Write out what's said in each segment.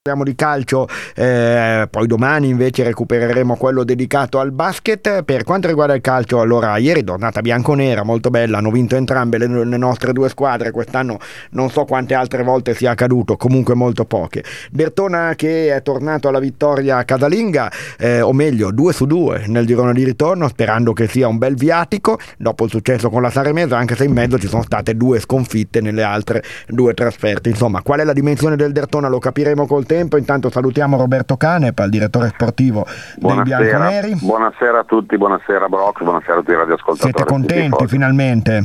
Parliamo di calcio, poi domani invece recupereremo quello dedicato al basket. Per quanto riguarda il calcio, allora ieri giornata bianconera molto bella, hanno vinto entrambe le nostre due squadre. Quest'anno non so quante altre volte sia accaduto, comunque molto poche. Bertona che è tornato alla vittoria casalinga, o meglio 2-2 nel girone di ritorno, sperando che sia un bel viatico dopo il successo con la Saremese, anche se in mezzo ci sono state due sconfitte nelle altre due trasferte. Insomma, qual è la dimensione del Bertona lo capiremo col tempo. Intanto salutiamo Roberto Canep, il direttore sportivo dei bianconeri. Buonasera a tutti, buonasera Brock, buonasera a tutti i radioascoltatori. Siete contenti finalmente?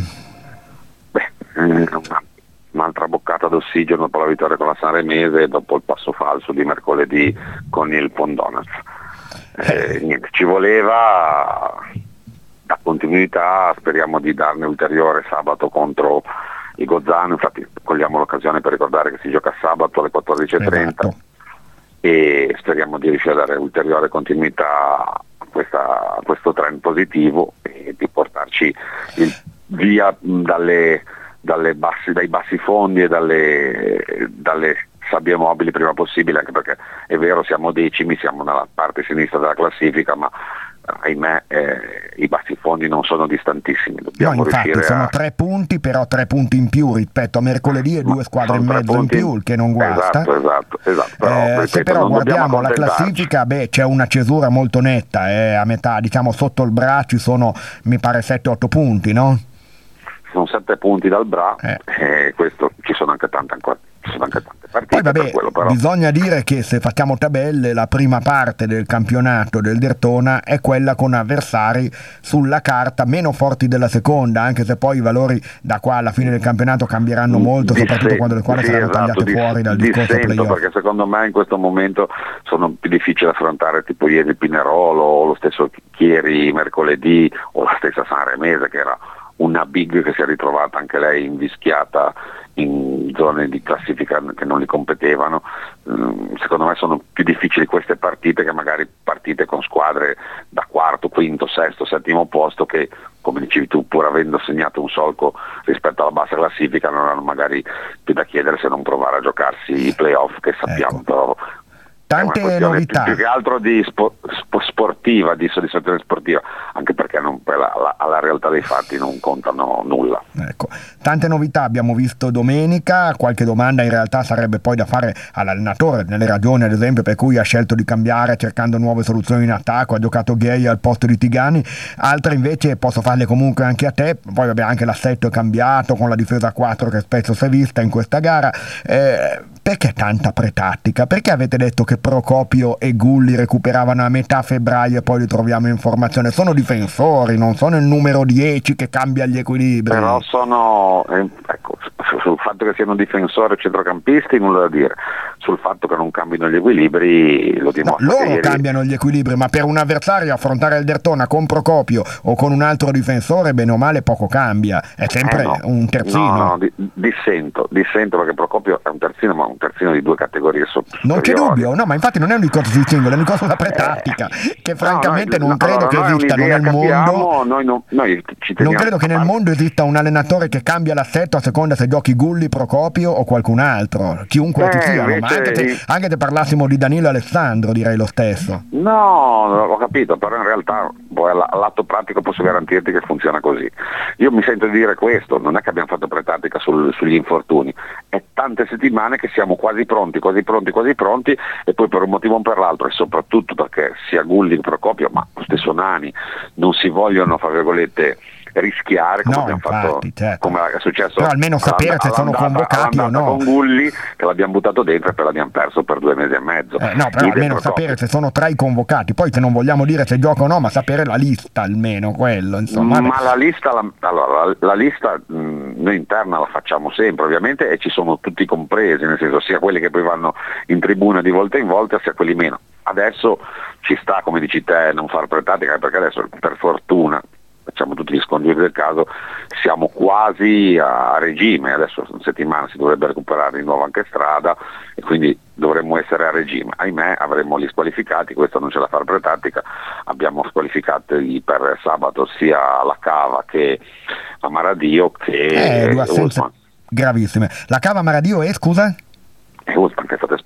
Un'altra boccata d'ossigeno dopo la vittoria con la Sanremese e dopo il passo falso di mercoledì con il Pondonaz. Niente, ci voleva da continuità, speriamo di darne ulteriore sabato contro i Gozzano. Infatti cogliamo l'occasione per ricordare che si gioca sabato alle 14:30. Esatto. E speriamo di riuscire a dare ulteriore continuità a questo trend positivo e di portarci via dai bassi fondi e dalle sabbie mobili prima possibile, anche perché è vero, siamo decimi, siamo nella parte sinistra della classifica, ma ahimè i bassi fondi non sono distantissimi. Dobbiamo infatti sono 3 punti, però 3 punti in più rispetto a mercoledì e 2 squadre e mezzo in più, il che non guasta. Esatto. Però, se però guardiamo la classifica, c'è una cesura molto netta, a metà, diciamo sotto il Bra ci sono, mi pare, 7-8 punti, no? Sono 7 punti dal Bra, questo ci sono anche tante partite. Poi per quello, però. Bisogna dire che se facciamo tabelle, la prima parte del campionato del Derthona è quella con avversari sulla carta meno forti della seconda, anche se poi i valori da qua alla fine del campionato cambieranno molto, soprattutto quando le squadre saranno tagliate fuori dal discorso playoff. Perché secondo me in questo momento sono più difficili da affrontare, tipo ieri il Pinerolo o lo stesso Chieri mercoledì o la stessa Sanremese, che era una big che si è ritrovata anche lei invischiata in zone di classifica che non li competevano. Secondo me sono più difficili queste partite che magari partite con squadre da quarto, quinto, sesto, settimo posto che, come dicevi tu, pur avendo segnato un solco rispetto alla bassa classifica, non hanno magari più da chiedere se non provare a giocarsi i playoff, che sappiamo però tante novità, più che altro di sportiva, di soddisfazione sportiva, anche perché alla realtà dei fatti non contano nulla. Ecco, tante novità abbiamo visto domenica. Qualche domanda in realtà sarebbe poi da fare all'allenatore, nelle ragioni ad esempio per cui ha scelto di cambiare cercando nuove soluzioni in attacco, ha giocato Gay al posto di Tigani, altre invece posso farle comunque anche a te. Poi anche l'assetto è cambiato con la difesa a 4 che spesso si è vista in questa gara. Perché tanta pretattica? Perché avete detto che Procopio e Gulli recuperavano a metà febbraio e poi li troviamo in formazione? Sono difensori, non sono il numero 10 che cambia gli equilibri. Però sono, sul fatto che siano difensori e centrocampisti nulla da dire, sul fatto che non cambino gli equilibri lo dimostra. No, loro cambiano gli equilibri, ma per un avversario affrontare il Derthona con Procopio o con un altro difensore bene o male poco cambia, è sempre un terzino. Dissento perché Procopio è un terzino, ma un terzino di 2 categorie superiori. Non c'è dubbio, no, ma infatti non è un discorso di singolo, è un discorso da pretattica, che francamente non credo che esista nel mondo. Noi ci teniamo, non credo che nel mondo esista un allenatore che cambia l'assetto a seconda se giochi Gulli, Procopio o qualcun altro, chiunque ci siano, invece, ma anche se parlassimo di Danilo Alessandro direi lo stesso. No, ho capito, però in realtà all'atto pratico posso garantirti che funziona così. Io mi sento di dire questo, non è che abbiamo fatto pretattica sugli infortuni, è tante settimane che siamo quasi pronti e poi per un motivo o per l'altro, e soprattutto perché sia Gulli che Procopio, ma lo stesso Nani, non si vogliono, fra virgolette, rischiare come abbiamo fatto, certo, come è successo. Però almeno sapere se sono convocati o no. Con Gulli che l'abbiamo buttato dentro e poi l'abbiamo perso per 2 mesi e mezzo. No, però almeno sapere se sono tra i convocati, poi se non vogliamo dire se gioca o no, ma sapere la lista almeno, quello insomma. Ma la lista, la lista noi interna la facciamo sempre ovviamente e ci sono tutti compresi, nel senso sia quelli che poi vanno in tribuna di volta in volta sia quelli meno. Adesso ci sta, come dici te, non far pretattica, perché adesso per fortuna facciamo tutti gli scongiuri del caso, siamo quasi a regime. Adesso in settimana si dovrebbe recuperare di nuovo anche Strada e quindi dovremmo essere a regime. Ahimè avremmo gli squalificati, questo non ce la fa pretattica, abbiamo squalificati per sabato sia la Cava che a Maradio che due assenze gravissime. La Cava, Maradio e scusa? Usman che è stato espulso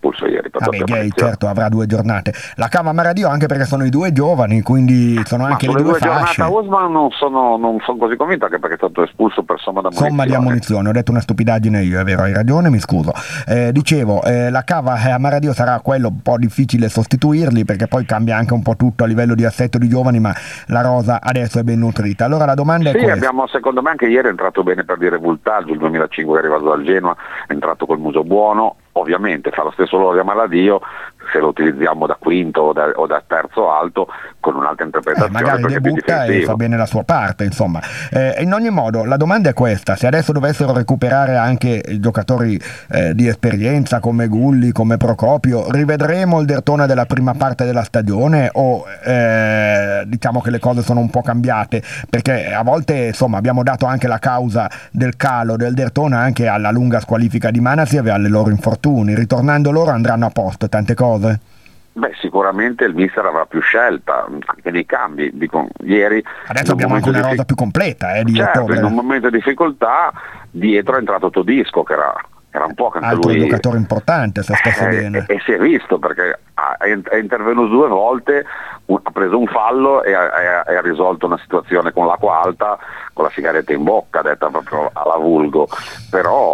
espulso ieri per doppia Gay punizione. certo avrà 2 giornate. La cava Maradio anche perché sono i 2 giovani, quindi sono anche le 2 fasce. Ma Usman non sono così convinto, anche perché è stato espulso per somma d'ammonizione. Somma di ammonizione, ho detto una stupidaggine io, è vero, hai ragione, mi scuso. Dicevo, la cava a Maradio sarà quello un po' difficile sostituirli, perché poi cambia anche un po' tutto a livello di assetto di giovani, ma la rosa adesso è ben nutrita. Allora la domanda è questa. Secondo me anche ieri è entrato bene, per dire, Vultaggio, il 2005 che è arrivato dal Genoa, è entrato col muso buono, ovviamente fa lo stesso lavoro di Amaladio, se lo utilizziamo da quinto o da terzo alto, con un'altra interpretazione, magari debutta e fa bene la sua parte, insomma. In ogni modo la domanda è questa: se adesso dovessero recuperare anche giocatori di esperienza come Gulli, come Procopio, rivedremo il Derthona della prima parte della stagione, o diciamo che le cose sono un po' cambiate, perché a volte insomma abbiamo dato anche la causa del calo del Derthona anche alla lunga squalifica di Manasiev e alle loro infortuni. Ritornando loro andranno a posto tante cose? Beh, sicuramente il mister avrà più scelta anche nei cambi. Dico, ieri adesso abbiamo anche una rosa più completa di certo, ottobre. In un momento di difficoltà dietro è entrato Todisco, che era un po' che anche altro lui giocatore importante, se stesso bene, e si è visto, perché è intervenuto 2 volte, ha preso un fallo e ha risolto una situazione con l'acqua alta, con la sigaretta in bocca, detta proprio alla vulgo. Però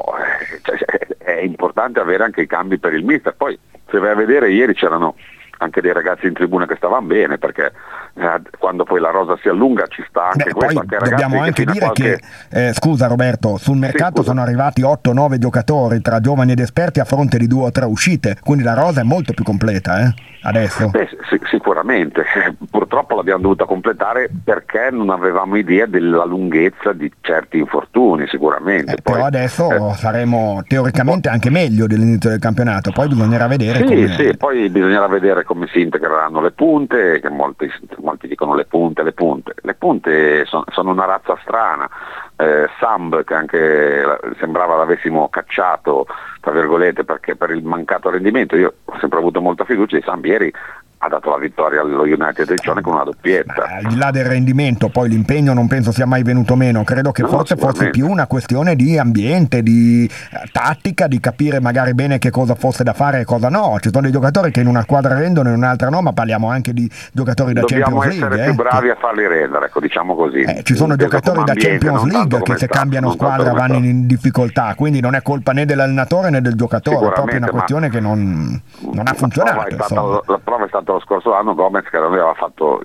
è importante avere anche i cambi per il mister. Poi se vai a vedere, ieri c'erano anche dei ragazzi in tribuna che stavano bene, perché quando poi la rosa si allunga ci sta anche questo. Poi anche dobbiamo anche dire che scusa Roberto, sul mercato sono arrivati 8-9 giocatori tra giovani ed esperti a fronte di 2 o 3 uscite, quindi la rosa è molto più completa adesso. Sicuramente, purtroppo l'abbiamo dovuta completare perché non avevamo idea della lunghezza di certi infortuni, sicuramente. Poi, però adesso saremo teoricamente anche meglio dell'inizio del campionato, poi bisognerà vedere poi bisognerà vedere come si integreranno le punte, che molti dicono le punte sono una razza strana. Samb, che anche sembrava l'avessimo cacciato tra virgolette perché per il mancato rendimento, io ho sempre avuto molta fiducia di Samb, ieri ha dato la vittoria allo United Riccione con una doppietta. Ma al di là del rendimento, poi l'impegno non penso sia mai venuto meno, credo che forse fosse più una questione di ambiente, di tattica, di capire magari bene che cosa fosse da fare e cosa no. Ci sono dei giocatori che in una squadra rendono e in un'altra no, ma parliamo anche di giocatori da Champions League. Dobbiamo essere più bravi a farli rendere, ecco, diciamo così. Ci sono giocatori da Champions League che se cambiano squadra vanno in difficoltà, quindi non è colpa né dell'allenatore né del giocatore, è proprio una questione che non ha funzionato. La prova è stata lo scorso anno, Gomez, che non aveva fatto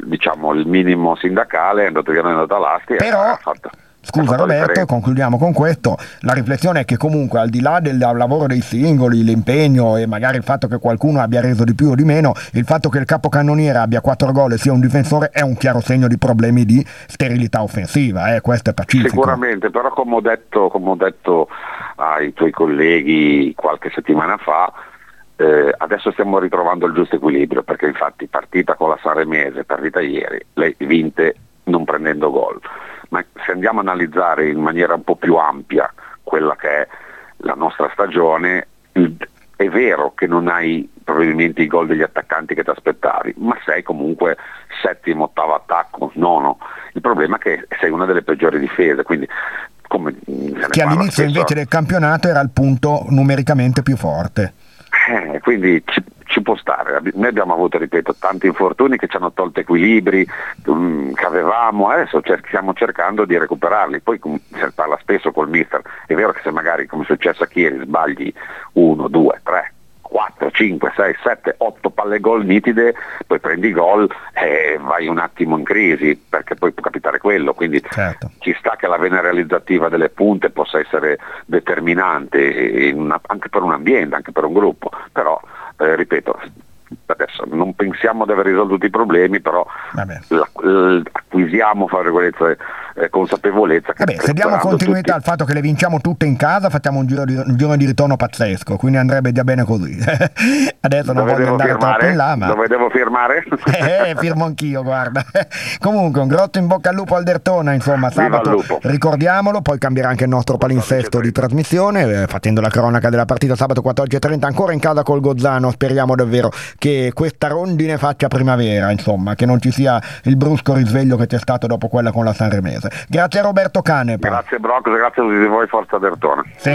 il minimo sindacale, è andato via, è andato all'Asti. Però scusa Roberto, concludiamo con questo. La riflessione è che comunque al di là del lavoro dei singoli, l'impegno e magari il fatto che qualcuno abbia reso di più o di meno, il fatto che il capocannoniere abbia 4 gol e sia un difensore è un chiaro segno di problemi di sterilità offensiva, questo è pacifico. Sicuramente, però come ho detto ai tuoi colleghi qualche settimana fa, adesso stiamo ritrovando il giusto equilibrio, perché infatti partita con la Sanremese, partita ieri, le vinte non prendendo gol, ma se andiamo a analizzare in maniera un po' più ampia quella che è la nostra stagione, è vero che non hai probabilmente i gol degli attaccanti che ti aspettavi, ma sei comunque settimo, ottavo attacco, nono. Il problema è che sei una delle peggiori difese, quindi che all'inizio invece del campionato era il punto numericamente più forte. Quindi ci può stare. Noi abbiamo avuto, ripeto, tanti infortuni che ci hanno tolto equilibri che avevamo, adesso stiamo cercando di recuperarli. Poi si parla spesso col mister, è vero che se magari, come è successo a Chieri, sbagli 1, 2, 3, 4, 5, 6, 7, 8 palle gol nitide, poi prendi gol e vai un attimo in crisi, perché poi può capitare quello, quindi certo. Ci sta che la vena realizzativa delle punte possa essere determinante anche per un ambiente, anche per un gruppo, però ripeto, adesso non pensiamo di aver risolto tutti i problemi, però acquisiamo, fra virgolette, consapevolezza che se diamo continuità al fatto che le vinciamo tutte in casa, facciamo un giro di ritorno pazzesco, quindi andrebbe già bene così. Adesso non voglio andare troppo in là, ma dove devo firmare? Firmo anch'io, guarda. Comunque un grotto in bocca al lupo al Derthona, insomma, sabato ricordiamolo, poi cambierà anche il nostro palinsesto di trasmissione, facendo la cronaca della partita sabato 14:30 ancora in casa col Gozzano. Speriamo davvero che questa rondine faccia primavera, insomma, che non ci sia il brusco risveglio che c'è stato dopo quella con la Sanremese. Grazie a Roberto Canepa. Grazie Brock, grazie a tutti voi, forza Derthona.